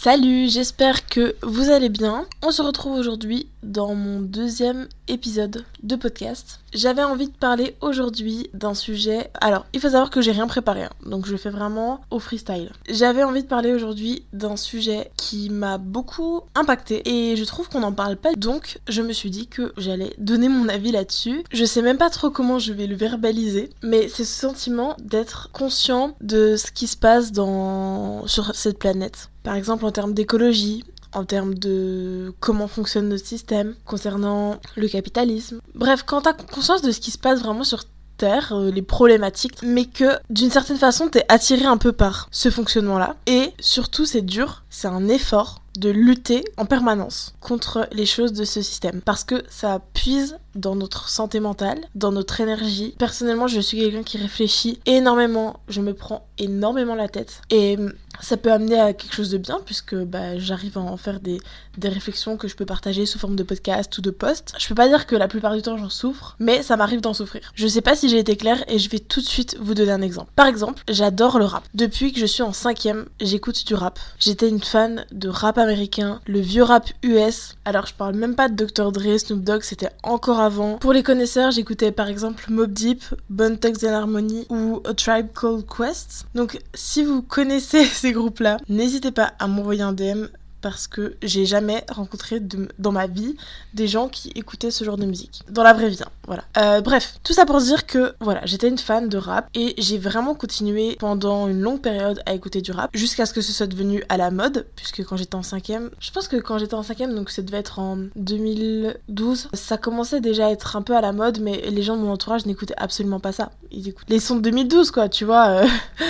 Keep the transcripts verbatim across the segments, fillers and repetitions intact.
Salut, j'espère que vous allez bien. On se retrouve aujourd'hui dans mon deuxième épisode de podcast. J'avais envie de parler aujourd'hui d'un sujet... Alors, il faut savoir que j'ai rien préparé, hein, donc je fais vraiment au freestyle. J'avais envie de parler aujourd'hui d'un sujet qui m'a beaucoup impacté et je trouve qu'on n'en parle pas, donc je me suis dit que j'allais donner mon avis là-dessus. Je sais même pas trop comment je vais le verbaliser, mais c'est ce sentiment d'être conscient de ce qui se passe dans... sur cette planète. Par exemple, en termes d'écologie, en termes de comment fonctionne notre système, concernant le capitalisme. Bref, quand t'as conscience de ce qui se passe vraiment sur Terre, euh, les problématiques, mais que d'une certaine façon t'es attiré un peu par ce fonctionnement-là. Et surtout, c'est dur, c'est un effort de lutter en permanence contre les choses de ce système. Parce que ça puise dans notre santé mentale, dans notre énergie. Personnellement, je suis quelqu'un qui réfléchit énormément, je me prends énormément la tête. Et ça peut amener à quelque chose de bien, puisque bah, j'arrive à en faire des, des réflexions que je peux partager sous forme de podcast ou de post. Je peux pas dire que la plupart du temps j'en souffre, mais ça m'arrive d'en souffrir. Je sais pas si j'ai été claire et je vais tout de suite vous donner un exemple. Par exemple, j'adore le rap. Depuis que je suis en cinquième, j'écoute du rap. J'étais une fan de rap américain, le vieux rap U S. Alors je parle même pas de docteur Dre, Snoop Dogg, c'était encore avant. Pour les connaisseurs, j'écoutais par exemple Mobb Deep, Bone Thugs and Harmony ou A Tribe Called Quest. Donc si vous connaissez ces groupes-là, n'hésitez pas à m'envoyer un D M parce que j'ai jamais rencontré de, dans ma vie des gens qui écoutaient ce genre de musique. Dans la vraie vie, hein, voilà. Euh, bref, tout ça pour dire que, voilà, j'étais une fan de rap et j'ai vraiment continué pendant une longue période à écouter du rap jusqu'à ce que ce soit devenu à la mode, puisque quand j'étais en cinquième, je pense que quand j'étais en cinquième, donc ça devait être en deux mille douze, ça commençait déjà à être un peu à la mode, mais les gens de mon entourage n'écoutaient absolument pas ça. Ils écoutaient les sons de deux mille douze, quoi, tu vois. Euh...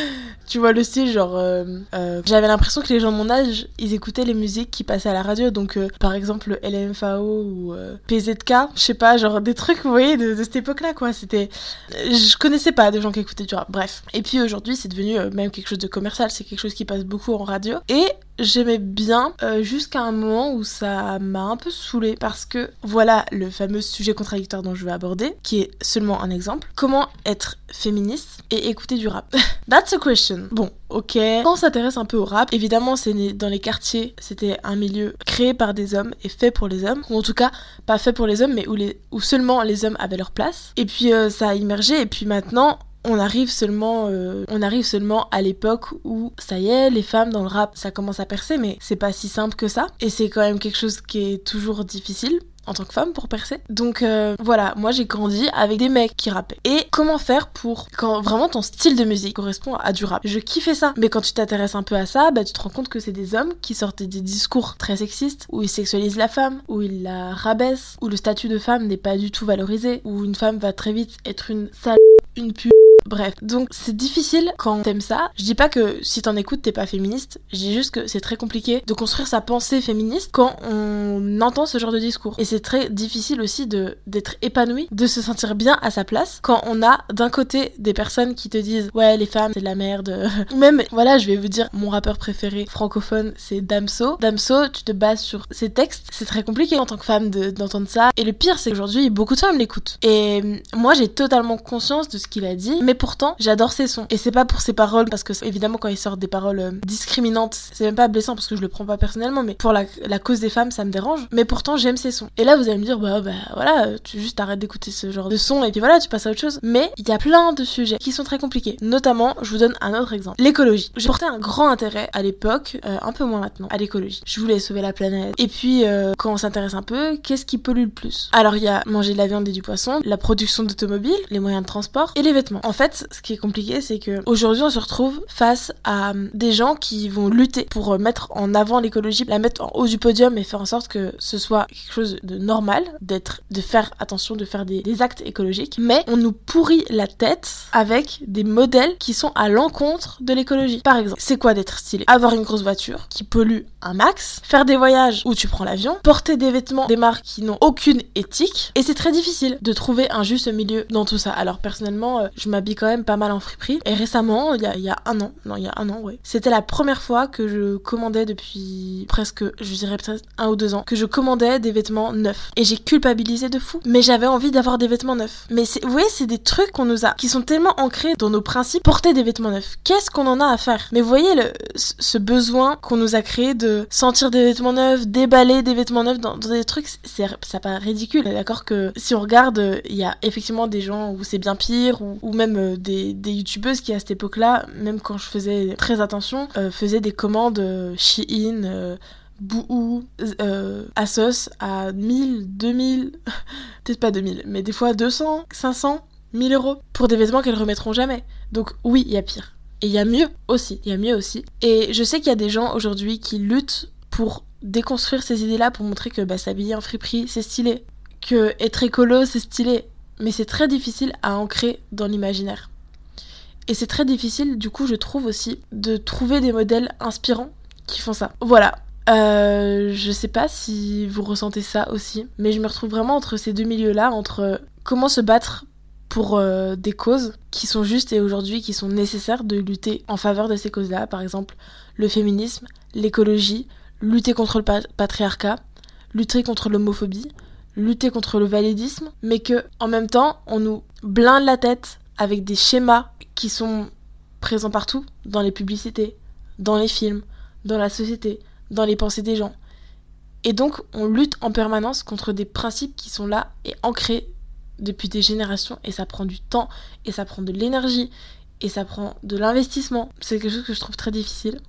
tu vois le style, genre... Euh, euh, j'avais l'impression que les gens de mon âge, ils écoutaient les musiques qui passaient à la radio, donc euh, par exemple le L M F A O ou euh, P Z K, je sais pas, genre des trucs, vous voyez, de, de cette époque-là, quoi. C'était... Je connaissais pas des gens qui écoutaient du rap, bref. Et puis aujourd'hui, c'est devenu euh, même quelque chose de commercial, c'est quelque chose qui passe beaucoup en radio. Et j'aimais bien euh, jusqu'à un moment où ça m'a un peu saoulée parce que voilà le fameux sujet contradictoire dont je vais aborder, qui est seulement un exemple. Comment être féministe et écouter du rap? That's a question. Bon, ok. Quand on s'intéresse un peu au rap, évidemment, c'est né dans les quartiers, c'était un milieu créé par des hommes et fait pour les hommes, ou en tout cas, pas fait pour les hommes, mais où, les, où seulement les hommes avaient leur place. Et puis euh, ça a immergé, et puis maintenant... On arrive seulement, euh, on arrive seulement à l'époque où ça y est, les femmes dans le rap, ça commence à percer, mais c'est pas si simple que ça. Et c'est quand même quelque chose qui est toujours difficile en tant que femme pour percer. Donc euh, voilà, moi j'ai grandi avec des mecs qui rappaient. Et comment faire pour quand vraiment ton style de musique correspond à du rap? Je kiffais ça. Mais quand tu t'intéresses un peu à ça, bah tu te rends compte que c'est des hommes qui sortent des discours très sexistes, où ils sexualisent la femme, où ils la rabaissent, où le statut de femme n'est pas du tout valorisé, où une femme va très vite être une sale, une pute. Bref, donc c'est difficile quand t'aimes ça. Je dis pas que si t'en écoutes t'es pas féministe, je dis juste que c'est très compliqué de construire sa pensée féministe quand on entend ce genre de discours. Et c'est très difficile aussi de d'être épanoui, de se sentir bien à sa place quand on a d'un côté des personnes qui te disent ouais les femmes c'est de la merde. Même voilà, je vais vous dire mon rappeur préféré francophone c'est Damso. Damso, tu te bases sur ses textes, c'est très compliqué en tant que femme de, d'entendre ça. Et le pire c'est qu'aujourd'hui beaucoup de femmes l'écoutent. Et moi j'ai totalement conscience de ce qu'il a dit, mais pourtant j'adore ses sons. Et c'est pas pour ses paroles, parce que évidemment quand il sort des paroles euh, discriminantes, c'est même pas blessant parce que je le prends pas personnellement, mais pour la, la cause des femmes ça me dérange. Mais pourtant j'aime ses sons. Et là vous allez me dire bah bah voilà, tu juste arrêtes d'écouter ce genre de son et puis voilà tu passes à autre chose. Mais il y a plein de sujets qui sont très compliqués. Notamment, je vous donne un autre exemple, l'écologie. J'ai porté un grand intérêt à l'époque, euh, un peu moins maintenant, à l'écologie. Je voulais sauver la planète. Et puis euh, quand on s'intéresse un peu, qu'est-ce qui pollue le plus? Alors il y a manger de la viande et du poisson, la production d'automobiles, les moyens de transport et les vêtements. En fait, ce qui est compliqué, c'est que aujourd'hui on se retrouve face à des gens qui vont lutter pour mettre en avant l'écologie, la mettre en haut du podium et faire en sorte que ce soit quelque chose de normal, d'être, de faire attention, de faire des, des actes écologiques. Mais on nous pourrit la tête avec des modèles qui sont à l'encontre de l'écologie. Par exemple, c'est quoi d'être stylé? Avoir une grosse voiture qui pollue un max, faire des voyages où tu prends l'avion, porter des vêtements des marques qui n'ont aucune éthique, et c'est très difficile de trouver un juste milieu dans tout ça. Alors personnellement, euh, je m'habille quand même pas mal en friperie. Et récemment, il y a, il y a un an, non, il y a un an, ouais. C'était la première fois que je commandais depuis presque, je dirais peut-être un ou deux ans, que je commandais des vêtements neufs. Et j'ai culpabilisé de fou. Mais j'avais envie d'avoir des vêtements neufs. Mais c'est, vous voyez, c'est des trucs qu'on nous a, qui sont tellement ancrés dans nos principes. Porter des vêtements neufs. Qu'est-ce qu'on en a à faire? Mais vous voyez le, ce besoin qu'on nous a créé de sentir des vêtements neufs, déballer des vêtements neufs dans, dans des trucs, c'est, ça paraît ridicule. D'accord que si on regarde, il y a effectivement des gens où c'est bien pire, ou, ou même des, des youtubeuses qui à cette époque-là, même quand je faisais très attention, euh, faisaient des commandes euh, Shein, euh, Boohoo, euh, Asos à mille, deux mille, peut-être pas deux mille, mais des fois deux cents, cinq cents, mille euros pour des vêtements qu'elles remettront jamais. Donc oui, il y a pire. Et il y a mieux aussi, il y a mieux aussi. Et je sais qu'il y a des gens aujourd'hui qui luttent pour déconstruire ces idées-là, pour montrer que bah, s'habiller en friperie, c'est stylé. Que être écolo, c'est stylé. Mais c'est très difficile à ancrer dans l'imaginaire. Et c'est très difficile, du coup, je trouve aussi, de trouver des modèles inspirants qui font ça. Voilà. Euh, je sais pas si vous ressentez ça aussi, mais je me retrouve vraiment entre ces deux milieux-là, entre comment se battre pour euh, des causes qui sont justes et aujourd'hui qui sont nécessaires de lutter en faveur de ces causes-là, par exemple le féminisme, l'écologie, lutter contre le pa- patriarcat, lutter contre l'homophobie, lutter contre le validisme, mais que en même temps on nous blinde la tête avec des schémas qui sont présents partout, dans les publicités, dans les films, dans la société, dans les pensées des gens. Et donc on lutte en permanence contre des principes qui sont là et ancrés depuis des générations, et ça prend du temps, et ça prend de l'énergie, et ça prend de l'investissement. C'est quelque chose que je trouve très difficile.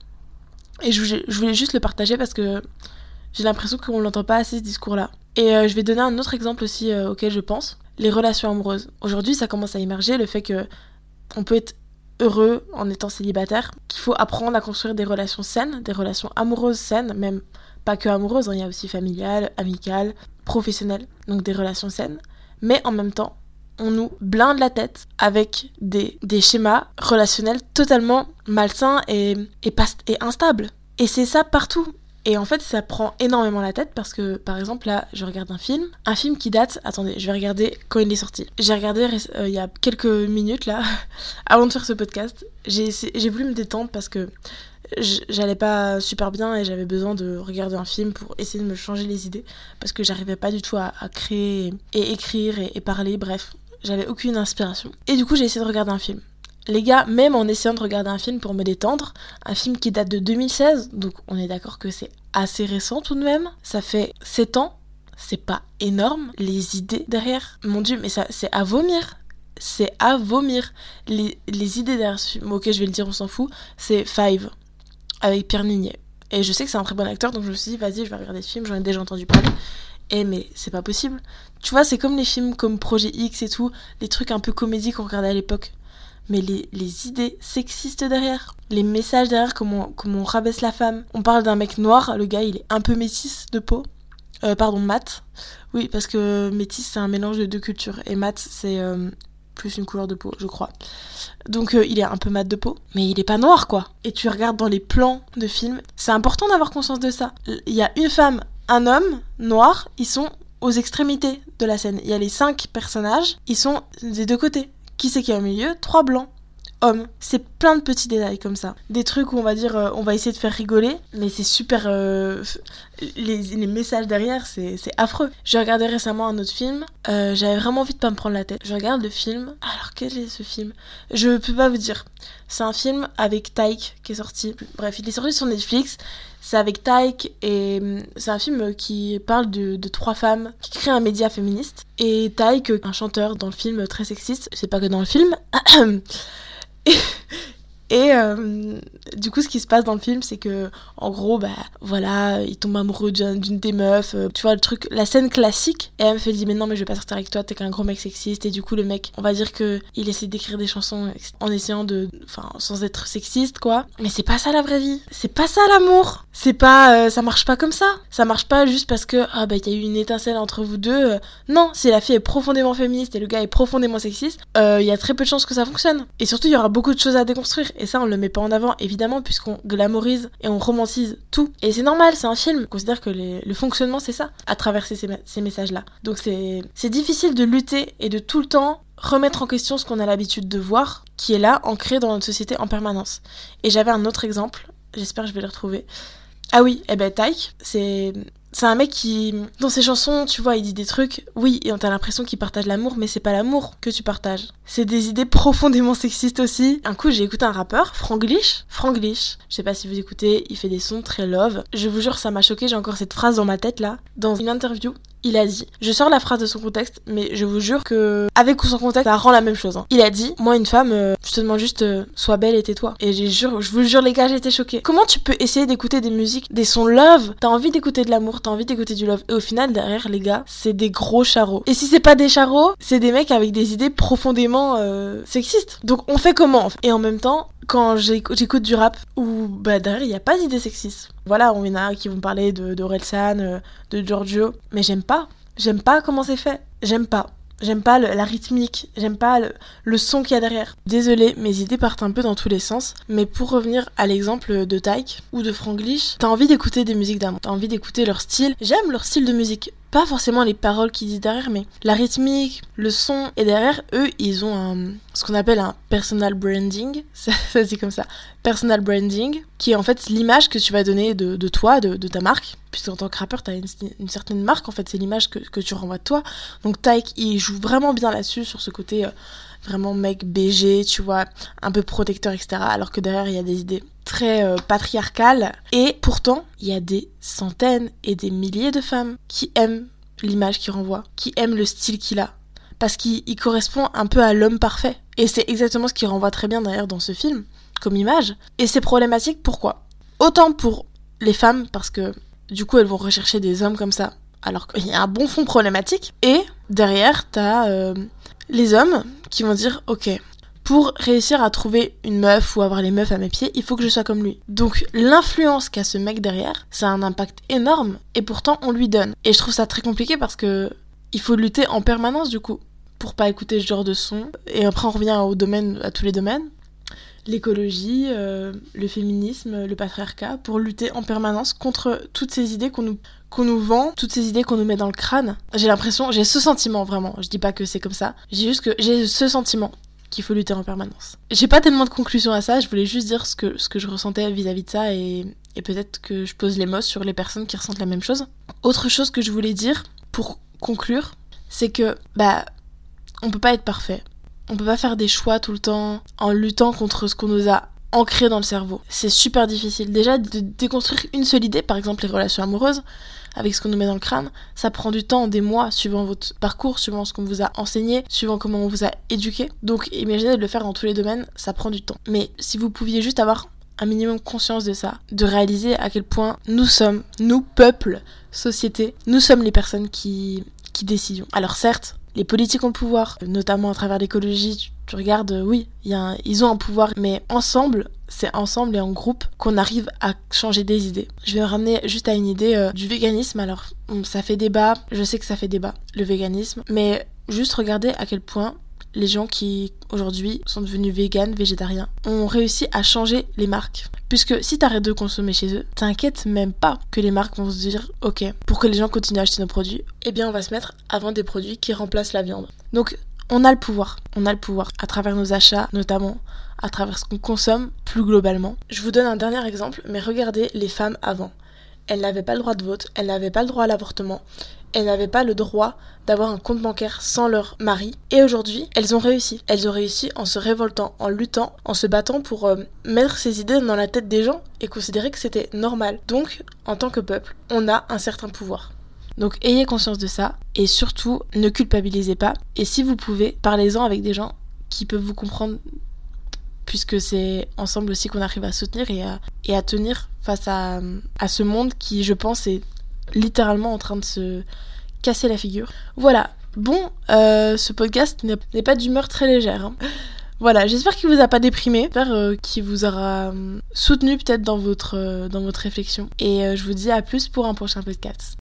Et je voulais, je voulais juste le partager parce que j'ai l'impression qu'on l'entend pas assez, ce discours-là. Et euh, je vais donner un autre exemple aussi euh, auquel je pense. Les relations amoureuses. Aujourd'hui, ça commence à émerger, le fait que on peut être heureux en étant célibataire, qu'il faut apprendre à construire des relations saines, des relations amoureuses saines, même pas que amoureuses, hein, il y a aussi familiales, amicales, professionnelles, donc des relations saines. Mais en même temps, on nous blinde la tête avec des, des schémas relationnels totalement malsains et, et, pas, et instables. Et c'est ça partout. Et en fait, ça prend énormément la tête parce que, par exemple, là, je regarde un film. Un film qui date... Attendez, je vais regarder quand il est sorti. J'ai regardé euh, il y a quelques minutes, là, avant de faire ce podcast. J'ai, j'ai voulu me détendre parce que j'allais pas super bien et j'avais besoin de regarder un film pour essayer de me changer les idées parce que j'arrivais pas du tout à, à créer et écrire et, et parler, bref, j'avais aucune inspiration. Et du coup, j'ai essayé de regarder un film. Les gars, même en essayant de regarder un film pour me détendre, un film qui date de deux mille seize, donc on est d'accord que c'est assez récent tout de même, ça fait sept ans, c'est pas énorme, les idées derrière, mon dieu, mais ça, c'est à vomir. C'est à vomir. Les, les idées derrière ce film, ok, je vais le dire, on s'en fout, c'est Five, avec Pierre Niney. Et je sais que c'est un très bon acteur, donc je me suis dit, vas-y, je vais regarder ce film, j'en ai déjà entendu parler. Et mais c'est pas possible. Tu vois, c'est comme les films comme Projet X et tout, les trucs un peu comédie qu'on regardait à l'époque. Mais les, les idées sexistes derrière, les messages derrière, comment, comment on rabaisse la femme. On parle d'un mec noir, le gars il est un peu métis de peau. Euh, pardon, mat. Oui, parce que métis c'est un mélange de deux cultures. Et mat c'est euh, plus une couleur de peau, je crois. Donc euh, il est un peu mat de peau, mais il est pas noir quoi. Et tu regardes dans les plans de films, c'est important d'avoir conscience de ça. Il y a une femme, un homme noir, ils sont aux extrémités de la scène. Il y a les cinq personnages, ils sont des deux côtés. Qui c'est qui est au milieu? Trois blancs. Hommes. C'est plein de petits détails comme ça. Des trucs où on va dire, euh, on va essayer de faire rigoler, mais c'est super... Euh, les, les messages derrière, c'est, c'est affreux. J'ai regardé récemment un autre film, euh, j'avais vraiment envie de pas me prendre la tête. Je regarde le film... Alors, quel est ce film? Je peux pas vous dire. C'est un film avec Taïk qui est sorti. Bref, il est sorti sur Netflix. C'est avec Taïk et c'est un film qui parle de, de trois femmes qui créent un média féministe. Et Taïk, un chanteur dans le film très sexiste, c'est pas que dans le film. et et euh, du coup, ce qui se passe dans le film, c'est que, en gros, bah voilà, il tombe amoureux d'une, d'une des meufs. Euh, tu vois, le truc, la scène classique. Et elle me fait dire, mais non, mais je vais pas sortir avec toi, t'es qu'un gros mec sexiste. Et du coup, le mec, on va dire que il essaie d'écrire des chansons en essayant de. Enfin, sans être sexiste, quoi. Mais c'est pas ça la vraie vie. C'est pas ça l'amour. C'est pas. Euh, ça marche pas comme ça. Ça marche pas juste parce que, ah bah, il y a eu une étincelle entre vous deux. Euh, non, si la fille est profondément féministe et le gars est profondément sexiste, il euh, y a très peu de chances que ça fonctionne. Et surtout, il y aura beaucoup de choses à déconstruire. Et ça, on le met pas en avant, évidemment, puisqu'on glamorise et on romantise tout. Et c'est normal, c'est un film. On considère que les, le fonctionnement, c'est ça, à travers ces, ces messages-là. Donc c'est, c'est difficile de lutter et de tout le temps remettre en question ce qu'on a l'habitude de voir, qui est là, ancré dans notre société en permanence. Et j'avais un autre exemple, j'espère que je vais le retrouver. Ah oui, eh ben Taïk, c'est... C'est un mec qui, dans ses chansons, tu vois, il dit des trucs, oui, et on a l'impression qu'il partage l'amour, mais c'est pas l'amour que tu partages. C'est des idées profondément sexistes aussi. Un coup, j'ai écouté un rappeur, Franglish. Franglish, je sais pas si vous écoutez, il fait des sons très love. Je vous jure, ça m'a choqué, j'ai encore cette phrase dans ma tête là. Dans une interview, il a dit, je sors la phrase de son contexte, mais je vous jure que, avec ou sans contexte, ça rend la même chose. Hein. Il a dit, moi une femme, euh, je te demande juste, euh, sois belle et tais-toi. Et j'ai jure, je vous jure les gars, j'ai été choquée. Comment tu peux essayer d'écouter des musiques, des sons love, t'as envie d'écouter de l'amour, t'as envie d'écouter du love, et au final derrière les gars, c'est des gros charros. Et si c'est pas des charros, c'est des mecs avec des idées profondément euh, sexistes. Donc on fait comment? Et en même temps, quand j'écoute, j'écoute du rap où bah derrière il y a pas d'idées sexistes. Voilà, on y en a qui vont parler de d'Orelsan, euh, de Giorgio, mais j'aime pas. J'aime pas comment c'est fait. J'aime pas. J'aime pas le, la rythmique, j'aime pas le, le son qu'il y a derrière. Désolée, mes idées partent un peu dans tous les sens, mais pour revenir à l'exemple de Taïk ou de Franglish, t'as envie d'écouter des musiques d'amour, t'as envie d'écouter leur style. J'aime leur style de musique, pas forcément les paroles qu'ils disent derrière, mais la rythmique, le son, et derrière, eux, ils ont un, ce qu'on appelle un personal branding, ça, ça se dit comme ça, personal branding, qui est en fait l'image que tu vas donner de, de toi, de, de ta marque, puisque en tant que rappeur, t'as une, une certaine marque, en fait, c'est l'image que, que tu renvoies de toi. Donc Taïk, il joue vraiment bien là-dessus, sur ce côté euh, vraiment mec B G, tu vois, un peu protecteur, et cetera. Alors que derrière, il y a des idées très euh, patriarcales. Et pourtant, il y a des centaines et des milliers de femmes qui aiment l'image qu'il renvoie, qui aiment le style qu'il a. Parce qu'il il correspond un peu à l'homme parfait. Et c'est exactement ce qu'il renvoie très bien d'ailleurs dans ce film, comme image. Et c'est problématique, pourquoi? Autant pour les femmes, parce que du coup, elles vont rechercher des hommes comme ça, alors qu'il y a un bon fond problématique. Et derrière, t'as euh, les hommes qui vont dire, ok, pour réussir à trouver une meuf ou avoir les meufs à mes pieds, il faut que je sois comme lui. Donc l'influence qu'a ce mec derrière, ça a un impact énorme, et pourtant on lui donne. Et je trouve ça très compliqué parce que il faut lutter en permanence du coup, pour pas écouter ce genre de son. Et après on revient au domaine, à tous les domaines. L'écologie, euh, le féminisme, le patriarcat, pour lutter en permanence contre toutes ces idées qu'on nous, qu'on nous vend, toutes ces idées qu'on nous met dans le crâne. J'ai l'impression, j'ai ce sentiment vraiment, je dis pas que c'est comme ça, j'ai juste que j'ai ce sentiment qu'il faut lutter en permanence. J'ai pas tellement de conclusion à ça, je voulais juste dire ce que, ce que je ressentais vis-à-vis de ça et, et peut-être que je pose les mots sur les personnes qui ressentent la même chose. Autre chose que je voulais dire, pour conclure, c'est que, bah, on peut pas être parfait. On peut pas faire des choix tout le temps en luttant contre ce qu'on nous a ancré dans le cerveau. C'est super difficile. Déjà, de déconstruire une seule idée, par exemple les relations amoureuses, avec ce qu'on nous met dans le crâne, ça prend du temps, des mois, suivant votre parcours, suivant ce qu'on vous a enseigné, suivant comment on vous a éduqué. Donc imaginez de le faire dans tous les domaines, ça prend du temps. Mais si vous pouviez juste avoir un minimum conscience de ça, de réaliser à quel point nous sommes, nous, peuple, société, nous sommes les personnes qui, qui décidons. Alors certes, les politiques ont le pouvoir, notamment à travers l'écologie, tu, tu regardes, euh, oui, y a un, ils ont un pouvoir, mais ensemble, c'est ensemble et en groupe qu'on arrive à changer des idées. Je vais me ramener juste à une idée euh, du véganisme, alors ça fait débat, je sais que ça fait débat, le véganisme, mais juste regardez à quel point les gens qui, aujourd'hui, sont devenus véganes, végétariens, ont réussi à changer les marques. Puisque si t'arrêtes de consommer chez eux, t'inquiètes même pas que les marques vont se dire « Ok, pour que les gens continuent à acheter nos produits, eh bien on va se mettre à vendre des produits qui remplacent la viande. » Donc, on a le pouvoir. On a le pouvoir à travers nos achats, notamment, à travers ce qu'on consomme, plus globalement. Je vous donne un dernier exemple, mais regardez les femmes avant. Elles n'avaient pas le droit de vote, elles n'avaient pas le droit à l'avortement, elles n'avaient pas le droit d'avoir un compte bancaire sans leur mari. Et aujourd'hui, elles ont réussi. Elles ont réussi en se révoltant, en luttant, en se battant pour euh, mettre ces idées dans la tête des gens et considérer que c'était normal. Donc, en tant que peuple, on a un certain pouvoir. Donc, ayez conscience de ça et surtout, ne culpabilisez pas. Et si vous pouvez, parlez-en avec des gens qui peuvent vous comprendre, puisque c'est ensemble aussi qu'on arrive à soutenir et à, et à tenir face à, à ce monde qui, je pense, est littéralement en train de se casser la figure. Voilà, bon, euh, ce podcast n'est, n'est pas d'humeur très légère. Hein. Voilà, j'espère qu'il vous a pas déprimé, j'espère euh, qu'il vous aura euh, soutenu peut-être dans votre, euh, dans votre réflexion. Et euh, je vous dis à plus pour un prochain podcast.